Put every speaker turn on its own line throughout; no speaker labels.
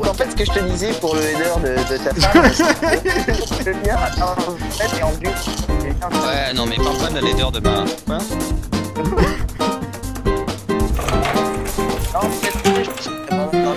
en fait, ce que je te disais pour le header de ta femme, c'est le lien en fait et en but.
Ouais, non, mais parle pas de la laideur de ma. Quoi?
Non, en fait, c'est vraiment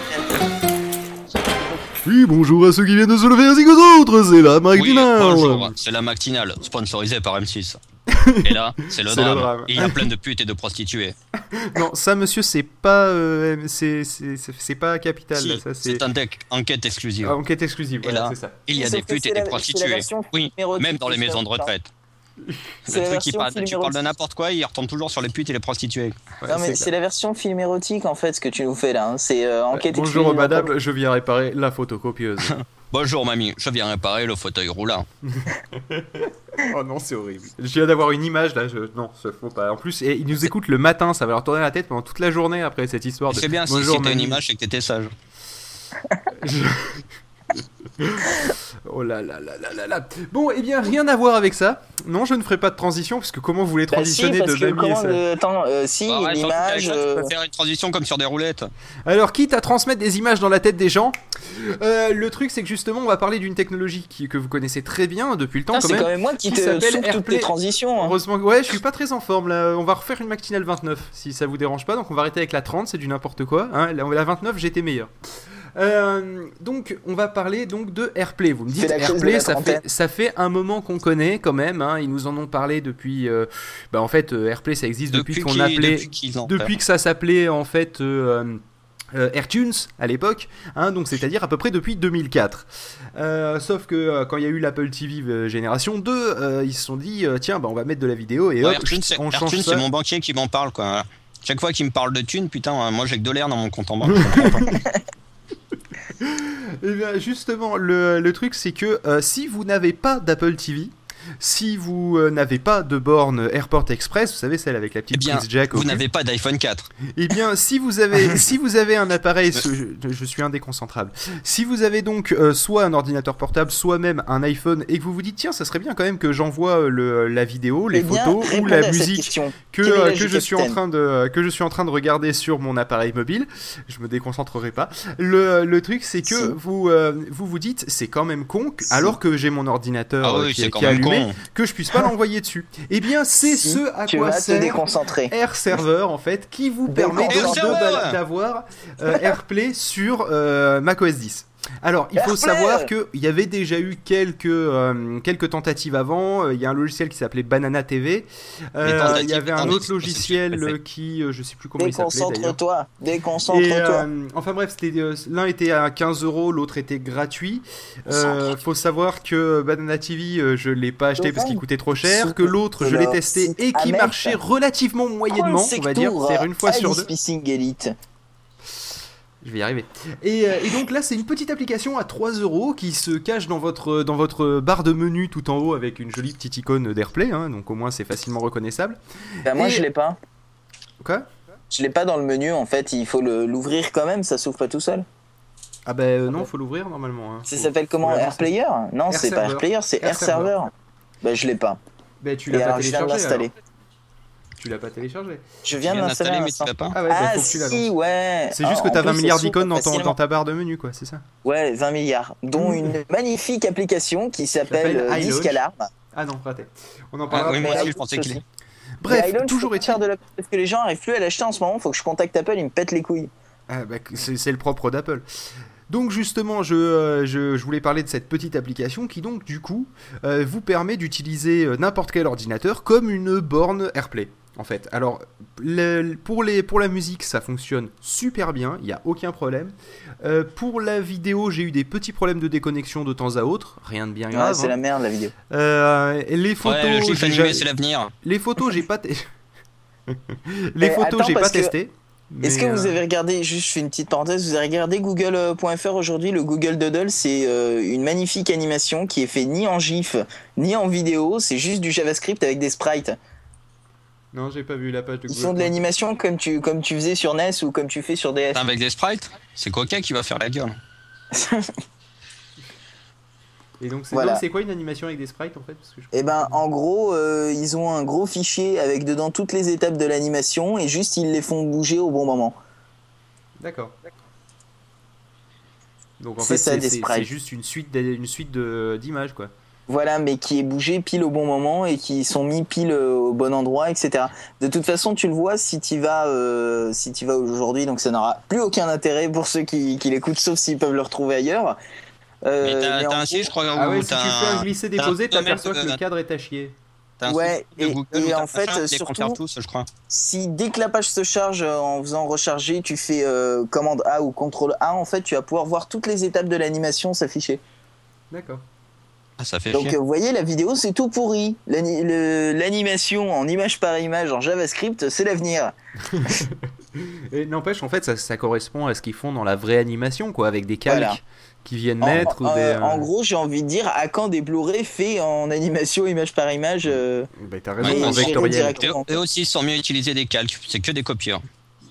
Oui, bonjour à ceux qui viennent de se lever ainsi qu'aux autres, c'est la
Oui,
matinale.
bonjour, c'est la matinale, sponsorisée par M6. Et là, c'est le
C'est le
drame.
drame.
Il y a plein de putes et de prostituées.
Non, ça, monsieur, c'est pas, c'est pas capital.
Si,
Là, ça,
c'est une enquête exclusive.
Ah, enquête exclusive.
Et
Voilà,
là,
c'est ça.
il y a
Sauf
des
que
putes
c'est
et des
la
prostituées.
version
Oui,
érotique
même dans les
qui
maisons de
sort,
retraite.
C'est
Le
la
truc, tu
version
parles
film
de
érotique.
n'importe quoi, il retombe toujours sur les putes et les prostituées.
Ouais,
Non mais
c'est
c'est
clair.
la version film érotique en fait ce que tu nous fais là, hein. C'est enquête
Bonjour
exclusive.
madame, je viens réparer la photocopieuse.
Bonjour mamie, je viens réparer le fauteuil roulant.
Oh non, c'est horrible. Je viens d'avoir une image là, non, ça faut pas. En plus, ils nous écoutent le matin, ça va leur tourner la tête pendant toute la journée après cette histoire de.
C'est bien, si
Bonjour,
c'était une
mamie.
image, c'est que t'étais sage.
Oh là là là là là là. Bon, eh bien, rien à voir avec ça. Non, je ne ferai pas de transition, parce que comment vous voulez
Bah si,
transitionner
parce
de
que
mamie et
comment
ça
attends, si
Bah ouais,
une
surtout qu'avec
image.
ça, tu peux faire une transition comme sur des roulettes.
Alors, quitte à transmettre des images dans la tête des gens, le truc, c'est que justement, on va parler d'une technologie que vous connaissez très bien depuis le temps,
Ah,
quand
c'est
même.
quand même moi qui
qui
te
s'appelle
souffle toutes
Airplay.
les transitions. Hein.
Heureusement, ouais, je suis pas très en forme là. On va refaire une matinale 29 si ça vous dérange pas. Donc on va arrêter avec la 30, c'est du n'importe quoi. Hein. La 29, j'étais meilleur. Donc on va parler donc de Airplay. Vous me dites
C'est la crise de
Airplay,
la
ça
trentaine.
fait un moment qu'on connaît quand même. Hein. Ils nous en ont parlé depuis. En fait, Airplay ça existe depuis qu'on appelait,
Depuis qu'ils ont
depuis que ça s'appelait en fait. AirTunes à l'époque, hein, donc c'est-à-dire à peu près depuis 2004. Sauf que quand il y a eu l'Apple TV Génération 2, ils se sont dit tiens, on va mettre de la vidéo et hop, on change
Airtunes,
ça.
c'est mon banquier qui m'en parle, quoi. Chaque fois qu'il me parle de thunes, putain, moi j'ai que de l'air dans mon compte en banque. Je comprends pas.
Et bien justement, le truc c'est que si vous n'avez pas d'Apple TV, si vous n'avez pas de borne AirPort Express, vous savez celle avec la
Eh
petite
bien,
prise jack au
vous
cul.
n'avez pas d'iPhone 4.
Eh bien, si vous avez un appareil, je suis indéconcentrable. Si vous avez donc soit un ordinateur portable, soit même un iPhone, et que vous vous dites tiens, ça serait bien quand même que j'envoie la vidéo, les
Eh bien,
photos ou
répondez
la
à cette
musique
question.
que
Quel est l'âge
que
du
je suis en
capitaine
train de regarder sur mon appareil mobile. Je me déconcentrerai pas. Le truc c'est que
Si.
vous dites c'est quand même con alors que j'ai mon ordinateur
Ah oui,
qui
c'est quand
est
même
allumé
con.
que je puisse pas l'envoyer dessus. Eh bien, c'est
Si,
ce à
tu
quoi
vas te
sert
déconcentrer.
Air Server en fait qui vous permet
Server.
d'avoir Airplay sur macOS 10. Alors, il faut
Airplay.
savoir qu'il y avait déjà eu quelques tentatives avant. Il y a un logiciel qui s'appelait Banana TV. Il y avait un autre logiciel qui, je sais plus comment il s'appelait d'ailleurs.
Déconcentre-toi.
Et,
Déconcentre-toi.
enfin bref, l'un était à 15€, l'autre était gratuit.
Concentre.
Faut savoir que Banana TV, je l'ai pas acheté parce qu'il coûtait trop cher. Que l'autre, je l'ai
Alors,
testé
site
et qui
Ahmed.
marchait relativement moyennement, on va dire. C'est une fois sur deux.
Spacing Elite.
Je vais y arriver. Et donc là, c'est une petite application à 3€ qui se cache dans votre barre de menu tout en haut avec une jolie petite icône d'Airplay. Hein, donc au moins, c'est facilement reconnaissable.
Bah, moi,
Et-
je l'ai pas.
Quoi ?
Je l'ai pas dans le menu en fait. Il faut l'ouvrir quand même. Ça s'ouvre pas tout seul.
Ah ben non, faut l'ouvrir normalement. Hein.
Ça s'appelle comment?
faut
AirPlayer? Non,
Air
c'est pas
Server.
AirPlayer, c'est
Air
Air Server. Bah, je l'ai pas.
Ben tu
Et
l'as pas
alors, je viens de
téléchargé.
l'installer.
alors. Tu l'as pas téléchargé.
Je viens de
Bien
l'installer.
installé,
à
mais tu
l'instant.
l'as pas.
Ah ouais,
Ah
faut que tu la
si,
lances.
ouais.
C'est juste
Ah,
que t'as
en
20
plus,
milliards
ça s'ouvre
d'icônes
facilement.
dans ta barre de menu, quoi, c'est ça?
Ouais, 20 milliards. Dont une magnifique application qui s'appelle
s'appelle
Disque
iLaunch.
Alarm.
Ah non, raté. On en
Ah
parlera
oui,
plus
moi
tard.
aussi, je pensais qu'il est.
Bref,
Mais iLaunch,
toujours
faut
est-il.
faire de la... Parce que les gens arrivent plus à l'acheter en ce moment, faut que je contacte Apple, ils me pètent les couilles.
Ah, bah, c'est le propre d'Apple. Donc justement, je voulais parler de cette petite application qui donc du coup vous permet d'utiliser n'importe quel ordinateur comme une borne AirPlay. En fait, alors pour la musique, ça fonctionne super bien, il n'y a aucun problème. Pour la vidéo, j'ai eu des petits problèmes de déconnexion de temps à autre, rien de bien
Ouais,
grave.
c'est la merde la vidéo.
Les photos,
Ouais, le GIF
j'ai
animé,
jamais-
c'est l'avenir.
les photos, j'ai pas, les
Mais
photos,
attends,
j'ai pas
parce que-
testé.
Est-ce
mais,
que vous avez regardé, juste je fais une petite parenthèse, vous avez regardé Google.fr aujourd'hui, le Google Doodle, c'est une magnifique animation qui est fait ni en GIF, ni en vidéo, c'est juste du JavaScript avec des sprites.
Non, j'ai pas vu la page de
Ils
Google.
font de l'animation comme tu faisais sur NES ou comme tu fais sur DS.
Putain, avec des sprites, c'est Coca qui va faire la gueule.
Et donc
Voilà.
c'est quoi une animation avec des sprites en fait? Parce que je-
Et ben en gros, ils ont un gros fichier avec dedans toutes les étapes de l'animation et juste ils les font bouger au bon moment.
D'accord. Donc en
C'est
fait,
ça, des
c'est
sprites.
juste une suite d'images, quoi.
Voilà, mais qui est bougé pile au bon moment et qui sont mis pile au bon endroit, etc. De toute façon, tu le vois si tu vas aujourd'hui, donc ça n'aura plus aucun intérêt pour ceux qui l'écoutent, sauf s'ils peuvent le retrouver ailleurs.
Mais
Mais
t'as
en
un site,
gros,
je crois,
Ah
où
ouais, si tu fais un glisser-déposer,
t'as un
t'aperçois que
domaine
le cadre est à chier.
t'as un
ouais,
site de Google où
et
t'as
en fait,
machin, les
surtout,
compteurs tous, je crois.
si dès que la page se charge en faisant recharger, tu fais commande A ou contrôle A, en fait, tu vas pouvoir voir toutes les étapes de l'animation s'afficher.
D'accord.
Ah, ça fait
Donc,
chier.
vous voyez, la vidéo, c'est tout pourri. L'animation en image par image en JavaScript, c'est l'avenir.
Et n'empêche, en fait, ça correspond à ce qu'ils font dans la vraie animation, quoi, avec des calques
Voilà.
qui viennent
En,
mettre ou des.
en gros, j'ai envie de dire, à quand des Blu-ray faits en animation image par image
Bah, t'as raison,
et
en
gérés
vectoriel.
directement.
Eux aussi sont mieux utiliser des calques, c'est que des copieurs.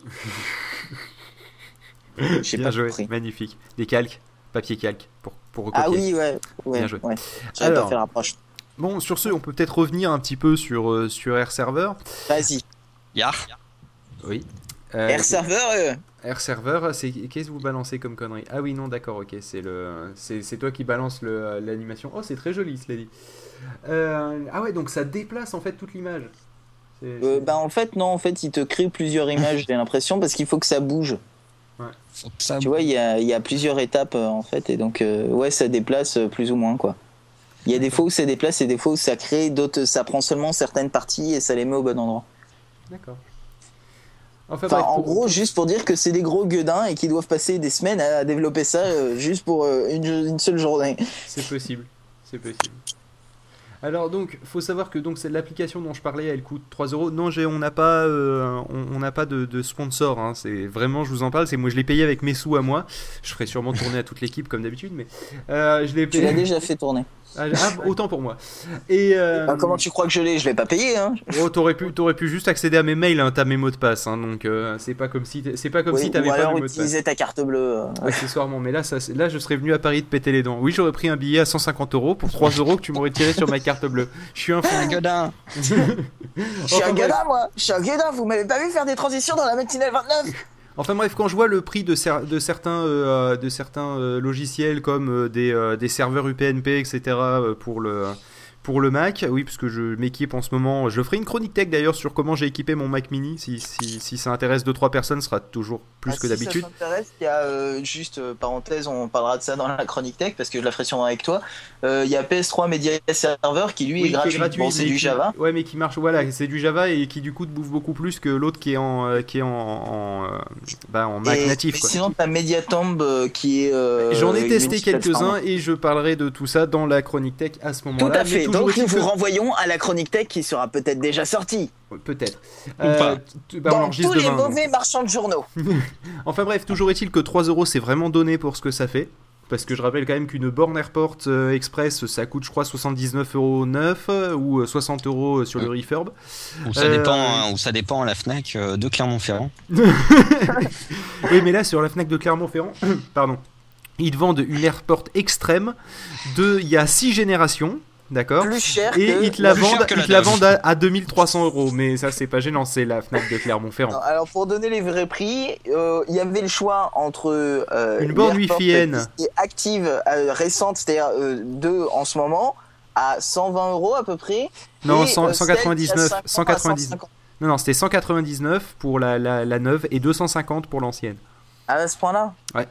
J'ai
Bien
pas
joué,
compris.
magnifique. Des calques, papier calque, pour recopier.
Ah oui, ouais.
Bien joué.
Ouais. J'avais pas
Alors.
fait le rapproche.
Bon, sur ce, on peut peut-être revenir un petit peu sur Air Server.
Vas-y.
Yar.
Oui.
Air Server,
Air Server, qu'est-ce que vous balancez comme connerie? Ah oui, non, d'accord, ok, c'est toi qui balance l'animation. Oh, c'est très joli, cela dit. Ah ouais, donc ça déplace en fait toute l'image.
bah en fait, non, en fait, il te crée plusieurs images, j'ai l'impression, parce qu'il faut que ça bouge.
Faut que ça...
Tu vois, il y a plusieurs étapes, en fait, et donc, ouais, ça déplace plus ou moins, quoi. Il y a des fois où ça déplace et des fois où ça crée, d'autres, ça prend seulement certaines parties et ça les met au bon endroit.
D'accord. Enfin,
Enfin,
bref,
en gros, juste pour dire que c'est des gros gueudins et qui doivent passer des semaines à développer ça juste pour une seule journée.
c'est possible. C'est possible. Alors donc, faut savoir que donc c'est l'application dont je parlais, elle coûte 3 euros. Non, on n'a pas, on n'a pas de sponsor. Hein. C'est vraiment, je vous en parle. C'est moi, je l'ai payé avec mes sous à moi. Je ferai sûrement tourner à toute l'équipe comme d'habitude, mais je l'ai
Tu
payé.
l'as déjà fait tourner.
Ah, autant pour moi. Et
Comment tu crois que je l'ai? Je l'ai pas payé, hein.
oh, t'aurais pu juste accéder à mes mails, hein, t'as mes mots de passe, hein, donc c'est pas comme si
Oui,
t'avais
ou
pas
alors
le mot de passe.
utiliser ta carte bleue.
Accessoirement, mais là, là, je serais venu à Paris de péter les dents. Oui, j'aurais pris un billet à 150 euros pour 3 euros que tu m'aurais tiré sur ma carte bleue. Je suis un fou.
Un gueudin.
Je suis
Enfin,
un
bref.
gueudin, moi. Je suis un gueudin. Vous m'avez pas vu faire des transitions dans la matinale 29?
Enfin bref, quand je vois le prix de certains logiciels comme des serveurs UPnP, etc. Pour le Mac, oui, parce que je m'équipe en ce moment. Je ferai une chronique tech d'ailleurs sur comment j'ai équipé mon Mac mini. Si ça intéresse 2-3 personnes, ce sera toujours plus que d'habitude.
Si ça t'intéresse, il y a juste parenthèse, on parlera de ça dans la chronique tech parce que je la ferai sûrement avec toi. Il y a PS3 Media Server qui lui
Oui,
est
qui
gratuit. Bon, c'est
mais
du Java.
Ouais, mais qui marche. Voilà, c'est du Java et qui du coup te bouffe beaucoup plus que l'autre qui est en Mac
Et
natif. Quoi.
sinon, t'as Mediatomb qui est.
J'en ai
une
testé
multiplateforme.
quelques-uns et je parlerai de tout ça dans la chronique tech à ce
Tout
moment-là.
à fait.
Mais toujours
Donc,
est-il
nous vous
que-
renvoyons à la chronique tech qui sera peut-être déjà sortie.
Peut-être.
pas.
On
Dans
l'enregistre
tous les
demain, donc.
mauvais marchands de journaux.
Enfin bref, toujours est-il que 3 euros c'est vraiment donné pour ce que ça fait. Parce que je rappelle quand même qu'une borne Airport Express ça coûte je crois 79,9€ ou 60 euros sur le refurb.
Ou ça dépend à la Fnac de Clermont-Ferrand.
Oui, mais là sur la Fnac de Clermont-Ferrand, pardon, ils te vendent une Airport extrême il y a 6 générations. D'accord.
Plus cher
Et
que.
ils te la
plus cher
vendent,
que la
ils te la
neuve.
vendent à 2300 euros. Mais ça, c'est pas gênant, c'est la Fnac de Clermont-Ferrand.
Non, alors pour donner les vrais prix, il y avait le choix entre
Une borne
l'Airport
Wi-Fi-N.
qui est active récente, c'est-à-dire 2 en ce moment, à 120 € à peu près.
Non,
et,
199,
celle qui a 5 ans à
199.
150.
Non, c'était 199 pour la neuve et 250 pour l'ancienne.
Ah, à ce point-là?
Ouais.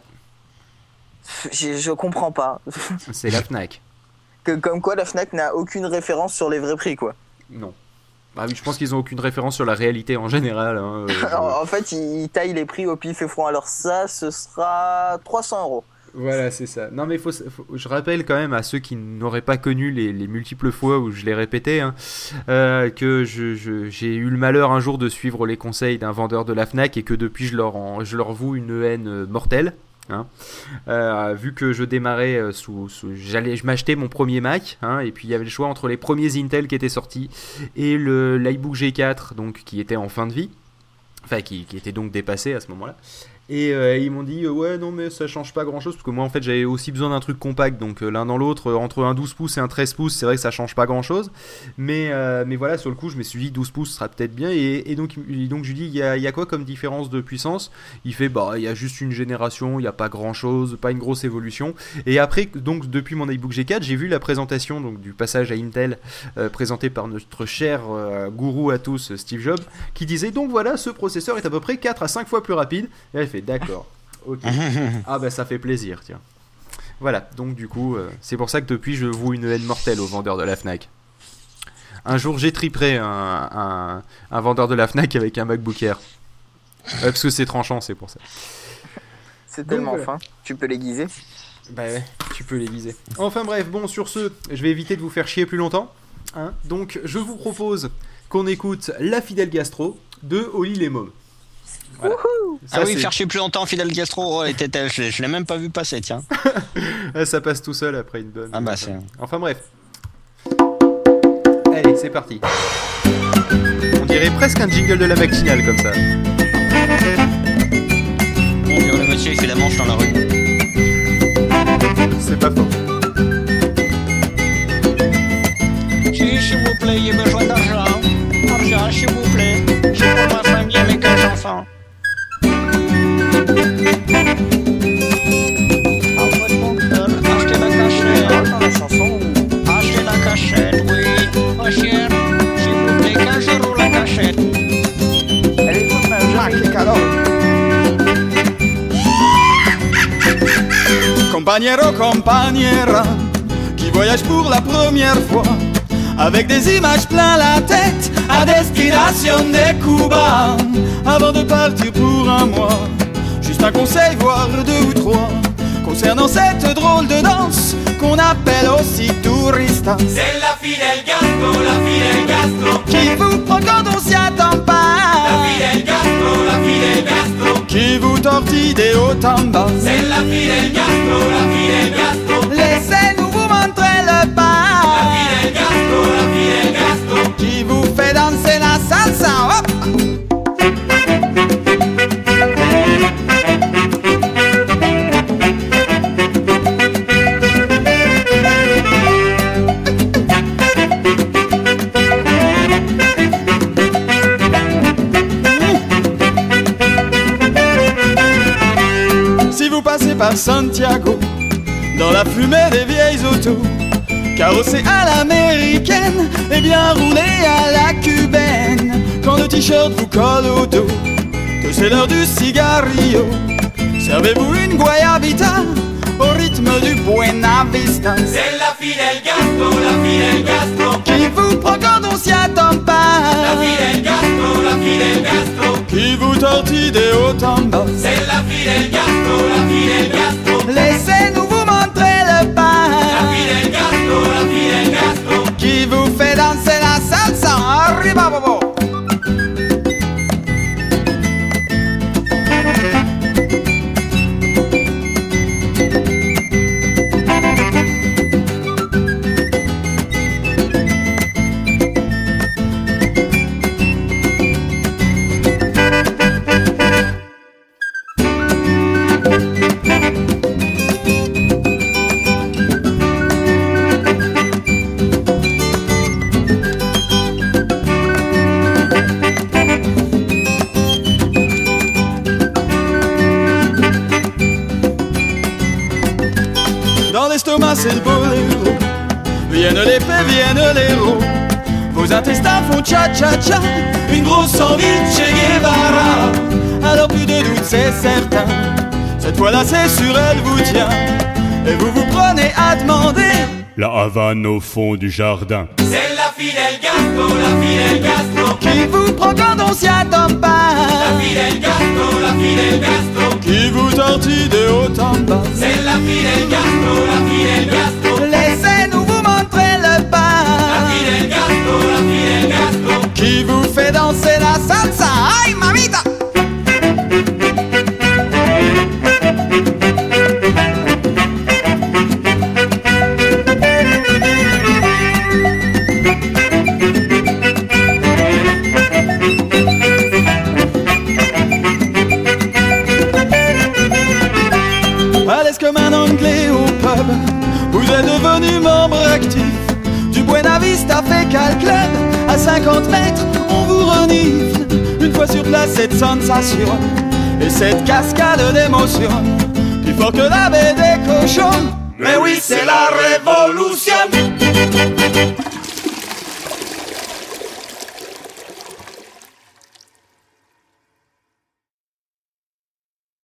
Je comprends pas.
C'est la Fnac.
Comme quoi la Fnac n'a aucune référence sur les vrais prix, quoi.
Non. Bah oui, je pense qu'ils ont aucune référence sur la réalité en général. Hein,
En fait, ils taillent les prix au pif et front. Alors ça, ce sera 300 €.
Voilà, c'est ça. Non, mais je rappelle quand même à ceux qui n'auraient pas connu les multiples fois où je l'ai répété, hein, que j'ai eu le malheur un jour de suivre les conseils d'un vendeur de la Fnac et que depuis je leur voue une haine mortelle. Hein. Vu que je démarrais je m'achetais mon premier Mac, hein, et puis il y avait le choix entre les premiers Intel qui étaient sortis et l'iBook G4, donc qui était en fin de vie, enfin qui était donc dépassé à ce moment-là. Et ils m'ont dit ouais non mais ça change pas grand chose parce que moi en fait j'avais aussi besoin d'un truc compact, donc l'un dans l'autre entre un 12 pouces et un 13 pouces, c'est vrai que ça change pas grand chose, mais voilà, sur le coup je me suis dit 12 pouces sera peut-être bien, et donc je lui dis il y a quoi comme différence de puissance. Il fait bah il y a juste une génération, il y a pas grand chose, pas une grosse évolution. Et après, donc depuis mon iBook G4, j'ai vu la présentation donc du passage à Intel présenté par notre cher gourou à tous Steve Jobs, qui disait donc voilà, ce processeur est à peu près 4 à 5 fois plus rapide. Et elle fait d'accord, ok. Ah bah ça fait plaisir, tiens. Voilà, donc du coup, c'est pour ça que depuis je voue une haine mortelle aux vendeurs de la Fnac. Un jour j'étriperai un vendeur de la Fnac avec un MacBook Air. Parce que c'est tranchant, c'est pour ça.
C'est tellement fin, tu peux l'aiguiser.
Bah ouais, tu peux l'aiguiser. Enfin bref, bon, sur ce, je vais éviter de vous faire chier plus longtemps. Hein, donc je vous propose qu'on écoute La Fidèle Gastro de Oli les Mômes. Voilà.
Ça, faire chier plus longtemps Fidel Gastro, je l'ai même pas vu passer, tiens.
Ça passe tout seul après une bonne.
Ah bah c'est.
Enfin bref. Allez, c'est parti. On dirait presque un jingle de la vaccinale comme ça.
On dirait le monsieur il fait la manche dans la rue.
C'est pas faux.
S'il vous plaît, j'ai besoin d'argent. Argent, s'il vous plaît. J'ai pour ma famille et mes 15 enfants. Achetez la cachette.
La chanson.
Achetez la cachette, oui. Pas cher. S'il vous plaît, 15 € la cachette.
Elle est toute magique alors.
Compagnero, compagnera, qui voyage pour la première fois, avec des images plein la tête, à destination de Cuba. Avant de partir pour un mois, juste un conseil, voire 2 ou 3, concernant cette drôle de danse qu'on appelle aussi tourista.
C'est la Fidèle Gastro,
Qui vous prend quand on s'y attend pas.
la Fidèle Gastro,
Qui vous tortille des hauts en bas.
c'est la Fidèle Gastro,
Laissez-nous vous montrer le pas.
la Fidèle Gastro,
Qui vous fait danser la salsa. Hop. Si vous passez par Santiago, dans la fumée des vieilles autos, carrossé à l'américaine et bien roulé à la cubaine, quand le t-shirt vous colle au dos, que c'est l'heure du cigarillo, servez-vous une guayabita au rythme du Buena Vista.
c'est la Fidèle Gastro,
Qui vous prend quand on s'y attend
la
pas.
Fidèle Gastro,
Qui vous tortille des hauts en bas.
c'est la Fidèle Gastro,
Laissez-nous vous montrer le pas.
la Fidèle Gastro,
Qui vous fait danser la salsa. Arriba, bobo. Dans l'estomac c'est le boléro. Viennent les paix, viennent les roues. Vos intestins font cha-cha-cha. Une grosse envie de Che Guevara. Alors plus de doute c'est certain. Cette fois-là c'est sûr elle vous tient. Et vous vous prenez à demander.
La Havane au fond du jardin.
c'est la Fidèle Gastro,
Qui vous prend quand on s'y attend pas.
la Fidèle Gastro,
Qui vous tortille de haut en bas.
c'est la Fidèle Gastro,
Laissez-nous vous montrer le pas.
la Fidèle Gastro,
Qui vous fait danser la salsa. Ay, mamita. club. Vous êtes devenu membre actif du Buena Vista Fecal Club. À 50 mètres, on vous renifle. Une fois sur place, cette sensation et cette cascade d'émotions, plus fort que la baie des cochons.
Mais oui, c'est la révolution.